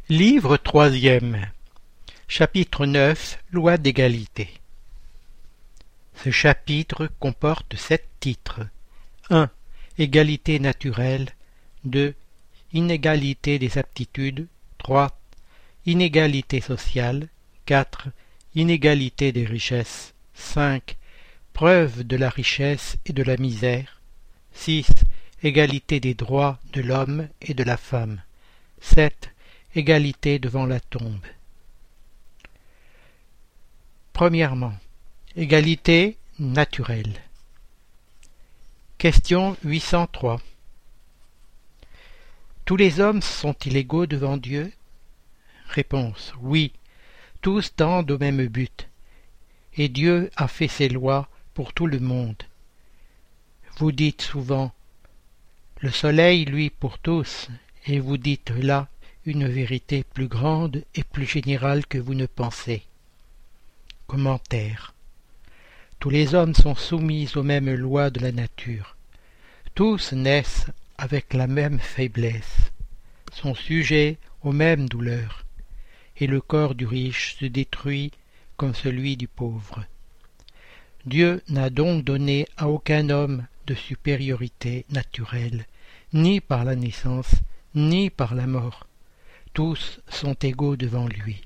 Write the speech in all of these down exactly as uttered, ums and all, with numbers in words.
Livre troisième. Chapitre neuf. Loi d'égalité. Ce chapitre comporte sept titres. un. Égalité naturelle. deux. Inégalité des aptitudes. trois. Inégalité sociale. quatre. Inégalité des richesses. cinq. Preuve de la richesse et de la misère. six. Égalité des droits de l'homme et de la femme. sept. Égalité devant la tombe. Premièrement, égalité naturelle. Question huit cent trois. Tous les hommes sont-ils égaux devant Dieu? Réponse: oui, tous tendent au même but, et Dieu a fait ses lois pour tout le monde. Vous dites souvent: le soleil luit pour tous, et vous dites là une vérité plus grande et plus générale que vous ne pensez. Commentaire. Tous les hommes sont soumis aux mêmes lois de la nature. Tous naissent avec la même faiblesse, sont sujets aux mêmes douleurs, et le corps du riche se détruit comme celui du pauvre. Dieu n'a donc donné à aucun homme de supériorité naturelle, ni par la naissance, ni par la mort. Tous sont égaux devant lui.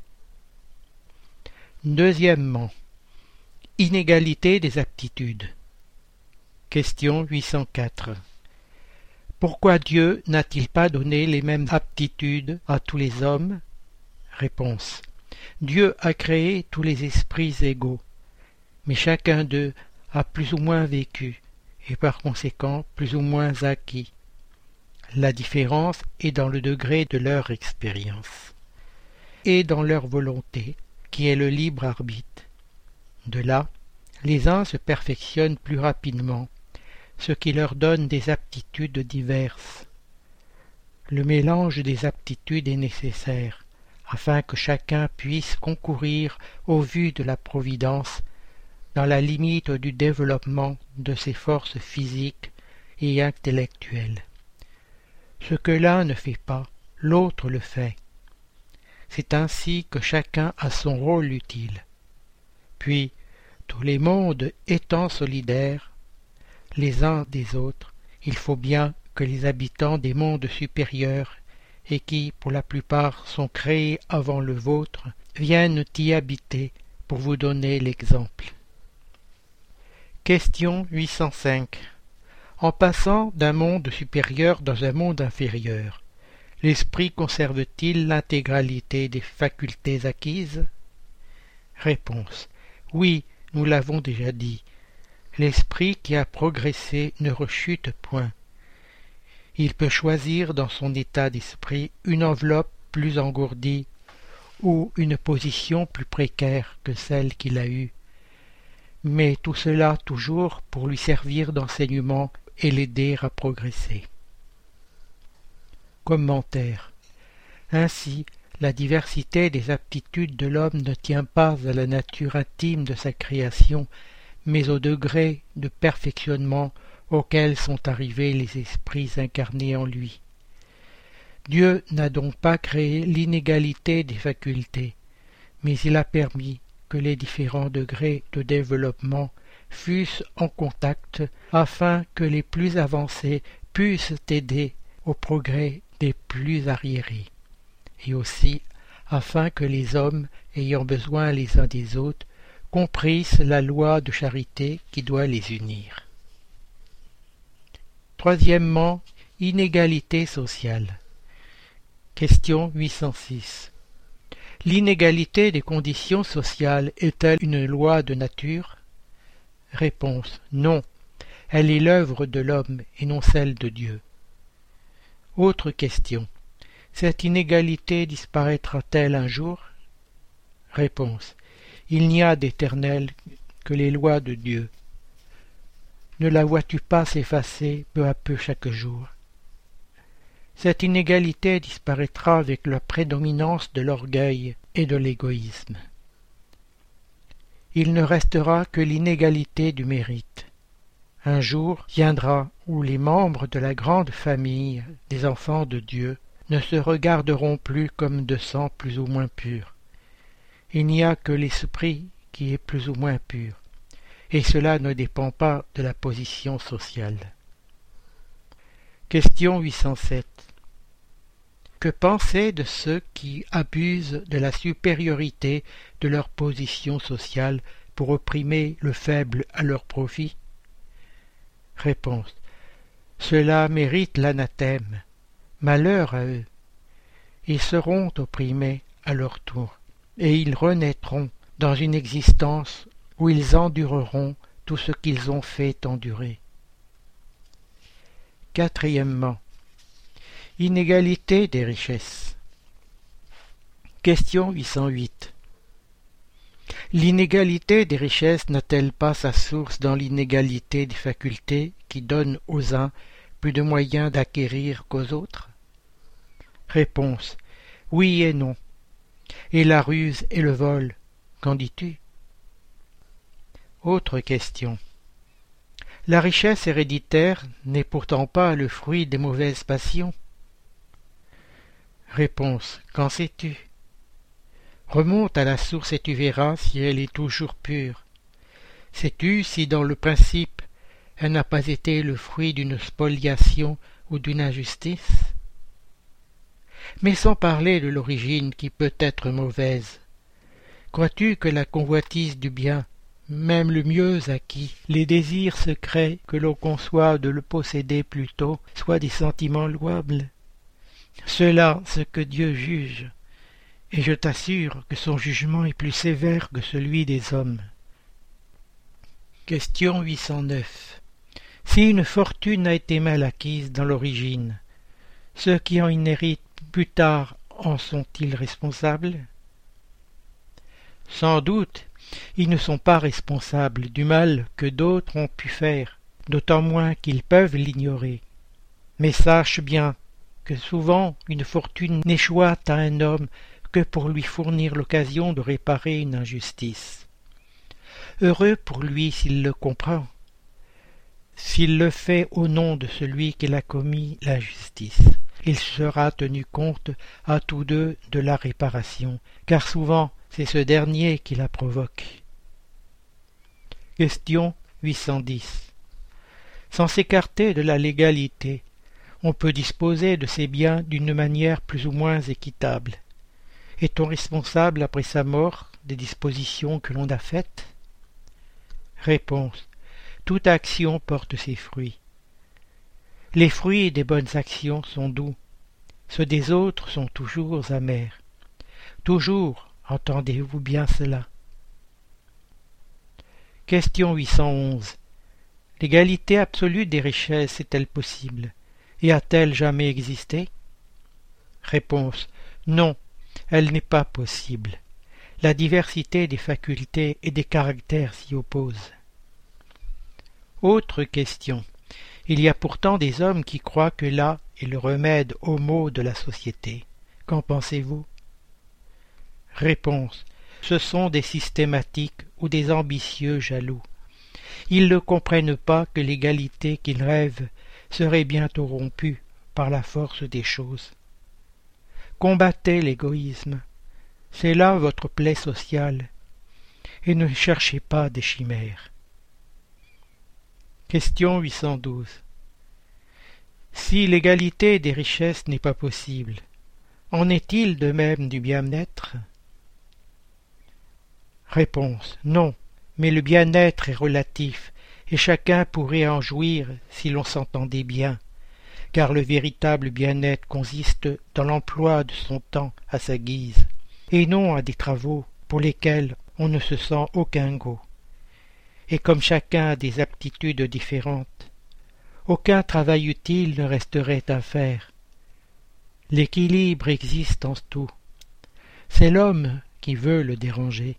Deuxièmement, inégalité des aptitudes. Question huit cent quatre. Pourquoi Dieu n'a-t-il pas donné les mêmes aptitudes à tous les hommes? Réponse. Dieu a créé tous les esprits égaux, mais chacun d'eux a plus ou moins vécu, et par conséquent plus ou moins acquis. La différence est dans le degré de leur expérience et dans leur volonté, qui est le libre arbitre. De là, les uns se perfectionnent plus rapidement, ce qui leur donne des aptitudes diverses. Le mélange des aptitudes est nécessaire, afin que chacun puisse concourir au vu de la Providence dans la limite du développement de ses forces physiques et intellectuelles. Ce que l'un ne fait pas, l'autre le fait. C'est ainsi que chacun a son rôle utile. Puis, tous les mondes étant solidaires, les uns des autres, il faut bien que les habitants des mondes supérieurs, et qui, pour la plupart, sont créés avant le vôtre, viennent y habiter pour vous donner l'exemple. Question huit cent cinq. En passant d'un monde supérieur dans un monde inférieur, l'esprit conserve-t-il l'intégralité des facultés acquises? Réponse. Oui, nous l'avons déjà dit. L'esprit qui a progressé ne rechute point. Il peut choisir dans son état d'esprit une enveloppe plus engourdie ou une position plus précaire que celle qu'il a eue. Mais tout cela toujours pour lui servir d'enseignement et l'aider à progresser. Commentaire. Ainsi, la diversité des aptitudes de l'homme ne tient pas à la nature intime de sa création, mais au degré de perfectionnement auquel sont arrivés les esprits incarnés en lui. Dieu n'a donc pas créé l'inégalité des facultés, mais il a permis que les différents degrés de développement fussent en contact afin que les plus avancés puissent aider au progrès des plus arriérés, et aussi afin que les hommes, ayant besoin les uns des autres, comprissent la loi de charité qui doit les unir. Troisièmement, inégalité sociale. Question huit cent six. L'inégalité des conditions sociales est-elle une loi de nature? Réponse. Non, elle est l'œuvre de l'homme et non celle de Dieu. Autre question. Cette inégalité disparaîtra-t-elle un jour? Réponse. Il n'y a d'éternel que les lois de Dieu. Ne la vois-tu pas s'effacer peu à peu chaque jour? Cette inégalité disparaîtra avec la prédominance de l'orgueil et de l'égoïsme. Il ne restera que l'inégalité du mérite. Un jour viendra où les membres de la grande famille des enfants de Dieu ne se regarderont plus comme de sang plus ou moins pur. Il n'y a que l'esprit qui est plus ou moins pur, et cela ne dépend pas de la position sociale. Question huit cent sept. Que penser de ceux qui abusent de la supériorité de leur position sociale pour opprimer le faible à leur profit? Réponse. Cela mérite l'anathème. Malheur à eux. Ils seront opprimés à leur tour, et ils renaîtront dans une existence où ils endureront tout ce qu'ils ont fait endurer. Quatrièmement, inégalité des richesses. Question huit cent huit. L'inégalité des richesses n'a-t-elle pas sa source dans l'inégalité des facultés qui donnent aux uns plus de moyens d'acquérir qu'aux autres? Réponse. Oui et non. Et la ruse et le vol, qu'en dis-tu? Autre question. La richesse héréditaire n'est pourtant pas le fruit des mauvaises passions? Réponse. Qu'en sais-tu? Remonte à la source et tu verras si elle est toujours pure. Sais-tu si dans le principe elle n'a pas été le fruit d'une spoliation ou d'une injustice? Mais sans parler de l'origine qui peut être mauvaise, crois-tu que la convoitise du bien, même le mieux acquis, les désirs secrets que l'on conçoit de le posséder plus tôt, soient des sentiments louables? C'est-là ce que Dieu juge, et je t'assure que son jugement est plus sévère que celui des hommes. Question huit cent neuf. Si une fortune a été mal acquise dans l'origine, ceux qui en héritent plus tard en sont-ils responsables? Sans doute, ils ne sont pas responsables du mal que d'autres ont pu faire, d'autant moins qu'ils peuvent l'ignorer. Mais sache bien que souvent une fortune n'échoit à un homme que pour lui fournir l'occasion de réparer une injustice. Heureux pour lui s'il le comprend, s'il le fait au nom de celui qui a commis l'injustice. Il sera tenu compte à tous deux de la réparation, car souvent c'est ce dernier qui la provoque. Question huit cent dix. Sans s'écarter de la légalité, on peut disposer de ses biens d'une manière plus ou moins équitable. Est-on responsable après sa mort des dispositions que l'on a faites? Réponse. Toute action porte ses fruits. Les fruits des bonnes actions sont doux, ceux des autres sont toujours amers. Toujours, entendez-vous bien cela. Question huit cent onze. L'égalité absolue des richesses est-elle possible, et a-t-elle jamais existé? Réponse. Non, elle n'est pas possible. La diversité des facultés et des caractères s'y oppose. Autre question. Il y a pourtant des hommes qui croient que là est le remède aux maux de la société. Qu'en pensez-vous? Réponse. Ce sont des systématiques ou des ambitieux jaloux. Ils ne comprennent pas que l'égalité qu'ils rêvent serait bientôt rompue par la force des choses. Combattez l'égoïsme. C'est là votre plaie sociale. Et ne cherchez pas des chimères. Question huit cent douze. Si l'égalité des richesses n'est pas possible, en est-il de même du bien-être? Réponse. Non, mais le bien-être est relatif, et chacun pourrait en jouir si l'on s'entendait bien, car le véritable bien-être consiste dans l'emploi de son temps à sa guise, et non à des travaux pour lesquels on ne se sent aucun goût. Et comme chacun a des aptitudes différentes, aucun travail utile ne resterait à faire. L'équilibre existe en tout. C'est l'homme qui veut le déranger.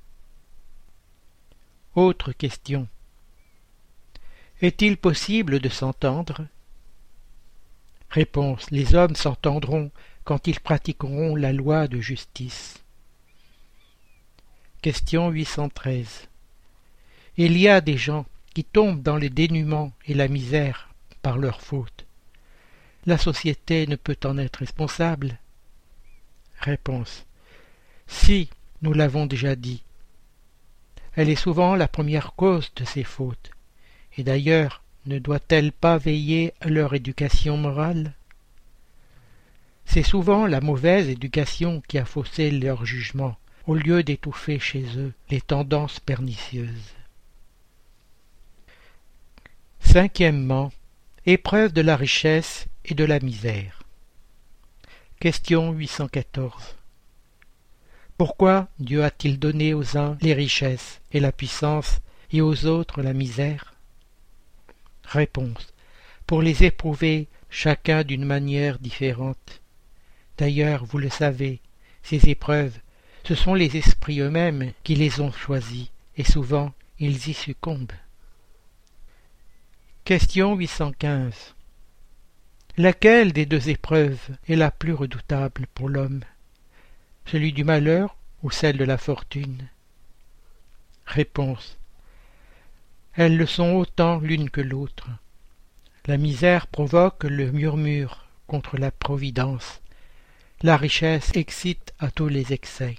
Autre question. Est-il possible de s'entendre? Réponse. Les hommes s'entendront quand ils pratiqueront la loi de justice. Question huit cent treize. Il y a des gens qui tombent dans le dénuement et la misère par leur faute. La société ne peut en être responsable. Réponse. Si, nous l'avons déjà dit. Elle est souvent la première cause de ces fautes. Et d'ailleurs, ne doit-elle pas veiller à leur éducation morale? C'est souvent la mauvaise éducation qui a faussé leur jugement, au lieu d'étouffer chez eux les tendances pernicieuses. Cinquièmement, épreuve de la richesse et de la misère. Question huit cent quatorze. Pourquoi Dieu a-t-il donné aux uns les richesses et la puissance et aux autres la misère? Réponse. Pour les éprouver chacun d'une manière différente. D'ailleurs, vous le savez, ces épreuves, ce sont les esprits eux-mêmes qui les ont choisies, et souvent ils y succombent. Question huit cent quinze. Laquelle des deux épreuves est la plus redoutable pour l'homme? Celui du malheur ou celle de la fortune? Réponse. Elles le sont autant l'une que l'autre. La misère provoque le murmure contre la providence. La richesse excite à tous les excès.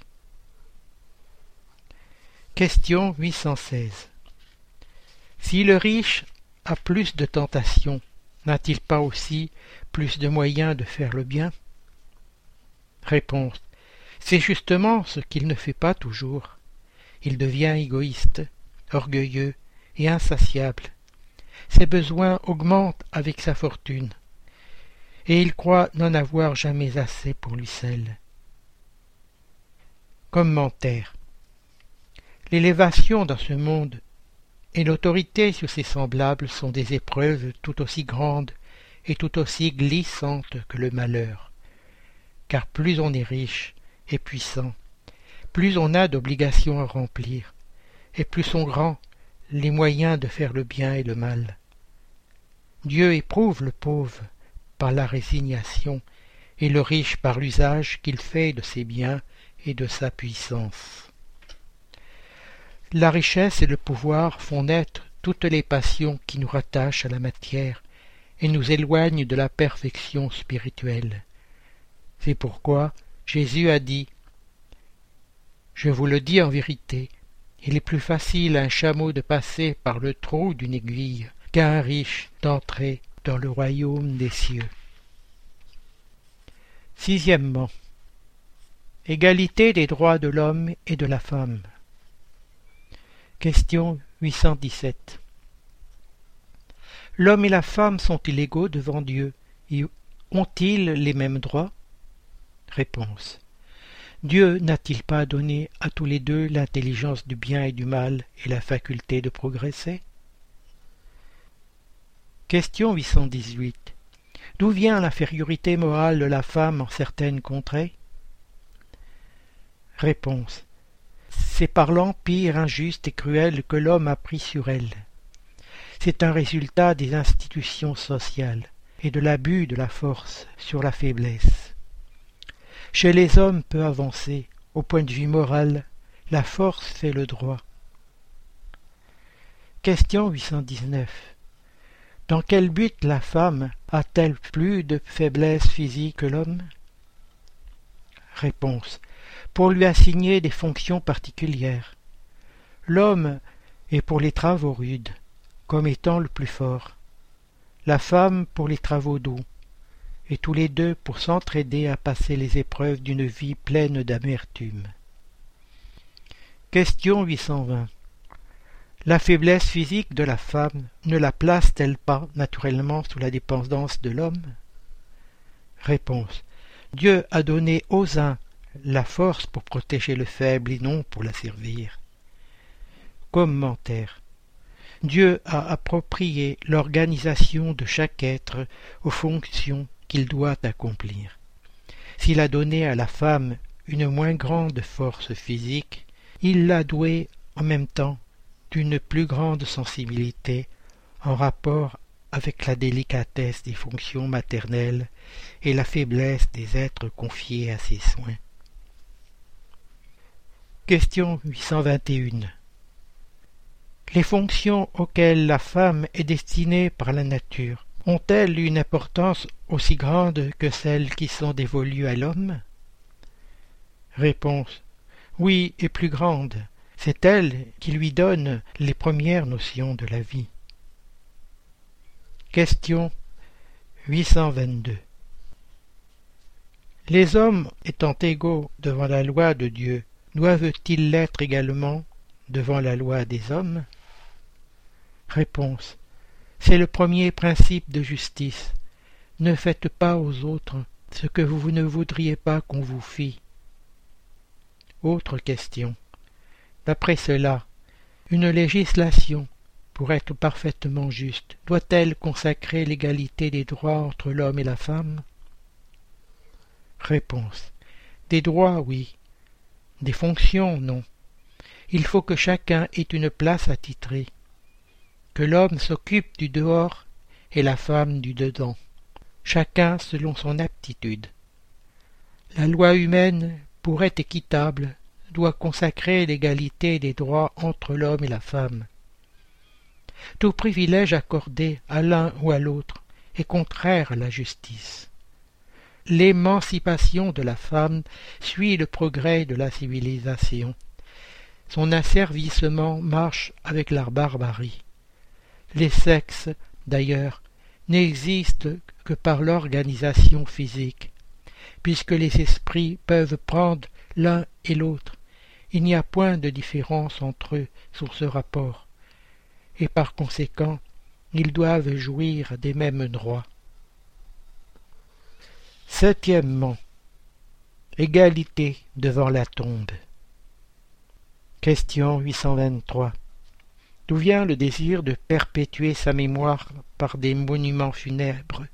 Question huit cent seize. Si le riche a plus de tentations, n'a-t-il pas aussi plus de moyens de faire le bien? Réponse. C'est justement ce qu'il ne fait pas toujours. Il devient égoïste, orgueilleux et insatiable. Ses besoins augmentent avec sa fortune, et il croit n'en avoir jamais assez pour lui seul. Commentaire. L'élévation dans ce monde et l'autorité sur ses semblables sont des épreuves tout aussi grandes et tout aussi glissantes que le malheur, car plus on est riche et puissant, plus on a d'obligations à remplir, et plus sont grands les moyens de faire le bien et le mal. Dieu éprouve le pauvre par la résignation et le riche par l'usage qu'il fait de ses biens et de sa puissance. La richesse et le pouvoir font naître toutes les passions qui nous rattachent à la matière et nous éloignent de la perfection spirituelle. C'est pourquoi Jésus a dit « Je vous le dis en vérité, il est plus facile à un chameau de passer par le trou d'une aiguille qu'à un riche d'entrer dans le royaume des cieux. » Sixièmement, égalité des droits de l'homme et de la femme. Question huit cent dix-sept. L'homme et la femme sont-ils égaux devant Dieu et ont-ils les mêmes droits? Réponse. Dieu n'a-t-il pas donné à tous les deux l'intelligence du bien et du mal et la faculté de progresser? Question huit cent dix-huit. D'où vient l'infériorité morale de la femme en certaines contrées? Réponse. C'est par l'empire injuste et cruel que l'homme a pris sur elle. C'est un résultat des institutions sociales et de l'abus de la force sur la faiblesse. Chez les hommes peu avancés, au point de vue moral, la force fait le droit. Question huit cent dix-neuf. Dans quel but la femme a-t-elle plus de faiblesse physique que l'homme? Réponse. Pour lui assigner des fonctions particulières. L'homme est pour les travaux rudes, comme étant le plus fort. La femme pour les travaux doux, et tous les deux pour s'entraider à passer les épreuves d'une vie pleine d'amertume. Question huit cent vingt. La faiblesse physique de la femme ne la place-t-elle pas naturellement sous la dépendance de l'homme? Réponse. Dieu a donné aux uns la force pour protéger le faible et non pour la servir. Commentaire. Dieu a approprié l'organisation de chaque être aux fonctions qu'il doit accomplir. S'il a donné à la femme une moins grande force physique, il l'a douée en même temps d'une plus grande sensibilité en rapport avec la délicatesse des fonctions maternelles et la faiblesse des êtres confiés à ses soins. Question huit cent vingt et un. Les fonctions auxquelles la femme est destinée par la nature ont-elles une importance aussi grande que celles qui sont dévolues à l'homme? Réponse. Oui, et plus grande. C'est elle qui lui donne les premières notions de la vie. Question huit cent vingt-deux. Les hommes étant égaux devant la loi de Dieu, doivent-ils l'être également devant la loi des hommes? Réponse. C'est le premier principe de justice. Ne faites pas aux autres ce que vous ne voudriez pas qu'on vous fît. Autre question. D'après cela, une législation, pour être parfaitement juste, doit-elle consacrer l'égalité des droits entre l'homme et la femme? Réponse. Des droits, oui. Des fonctions, non. Il faut que chacun ait une place attitrée. Que l'homme s'occupe du dehors et la femme du dedans, chacun selon son aptitude. La loi humaine, pour être équitable, doit consacrer l'égalité des droits entre l'homme et la femme. Tout privilège accordé à l'un ou à l'autre est contraire à la justice. L'émancipation de la femme suit le progrès de la civilisation. Son asservissement marche avec la barbarie. Les sexes, d'ailleurs, n'existent que par l'organisation physique. Puisque les esprits peuvent prendre l'un et l'autre, il n'y a point de différence entre eux sur ce rapport, et par conséquent, ils doivent jouir des mêmes droits. Septièmement, égalité devant la tombe. Question huit cent vingt-trois. D'où vient le désir de perpétuer sa mémoire par des monuments funèbres?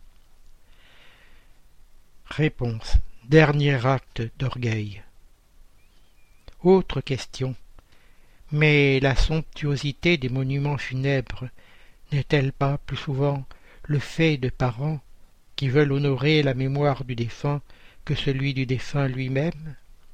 Réponse. Dernier acte d'orgueil. Autre question. Mais la somptuosité des monuments funèbres n'est-elle pas plus souvent le fait de parents qui veulent honorer la mémoire du défunt que celui du défunt lui-même?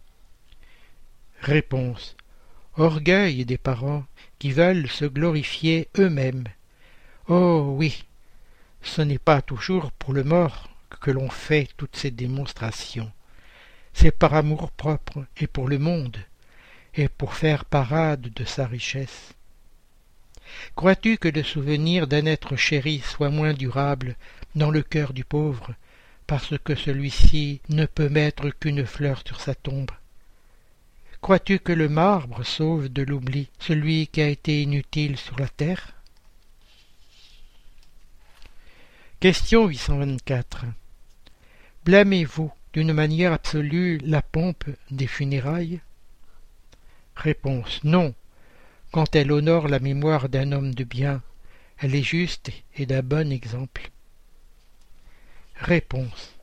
Réponse. Orgueil des parents qui veulent se glorifier eux-mêmes. Oh oui, ce n'est pas toujours pour le mort que l'on fait toutes ces démonstrations. C'est par amour-propre et pour le monde, et pour faire parade de sa richesse. Crois-tu que le souvenir d'un être chéri soit moins durable dans le cœur du pauvre, parce que celui-ci ne peut mettre qu'une fleur sur sa tombe? Crois-tu que le marbre sauve de l'oubli celui qui a été inutile sur la terre? Question huit cent vingt-quatre. Blâmez-vous d'une manière absolue la pompe des funérailles? Réponse. Non. Quand elle honore la mémoire d'un homme de bien, elle est juste et d'un bon exemple. Réponse.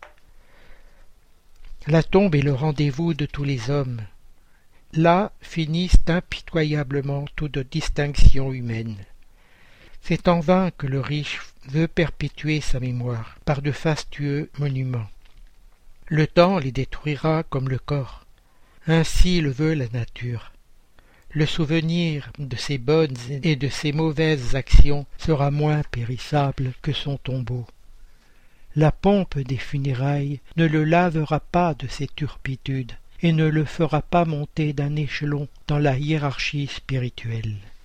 La tombe est le rendez-vous de tous les hommes. Là finissent impitoyablement toute distinction humaine. C'est en vain que le riche veut perpétuer sa mémoire par de fastueux monuments. Le temps les détruira comme le corps. Ainsi le veut la nature. Le souvenir de ses bonnes et de ses mauvaises actions sera moins périssable que son tombeau. La pompe des funérailles ne le lavera pas de ses turpitudes et ne le fera pas monter d'un échelon dans la hiérarchie spirituelle.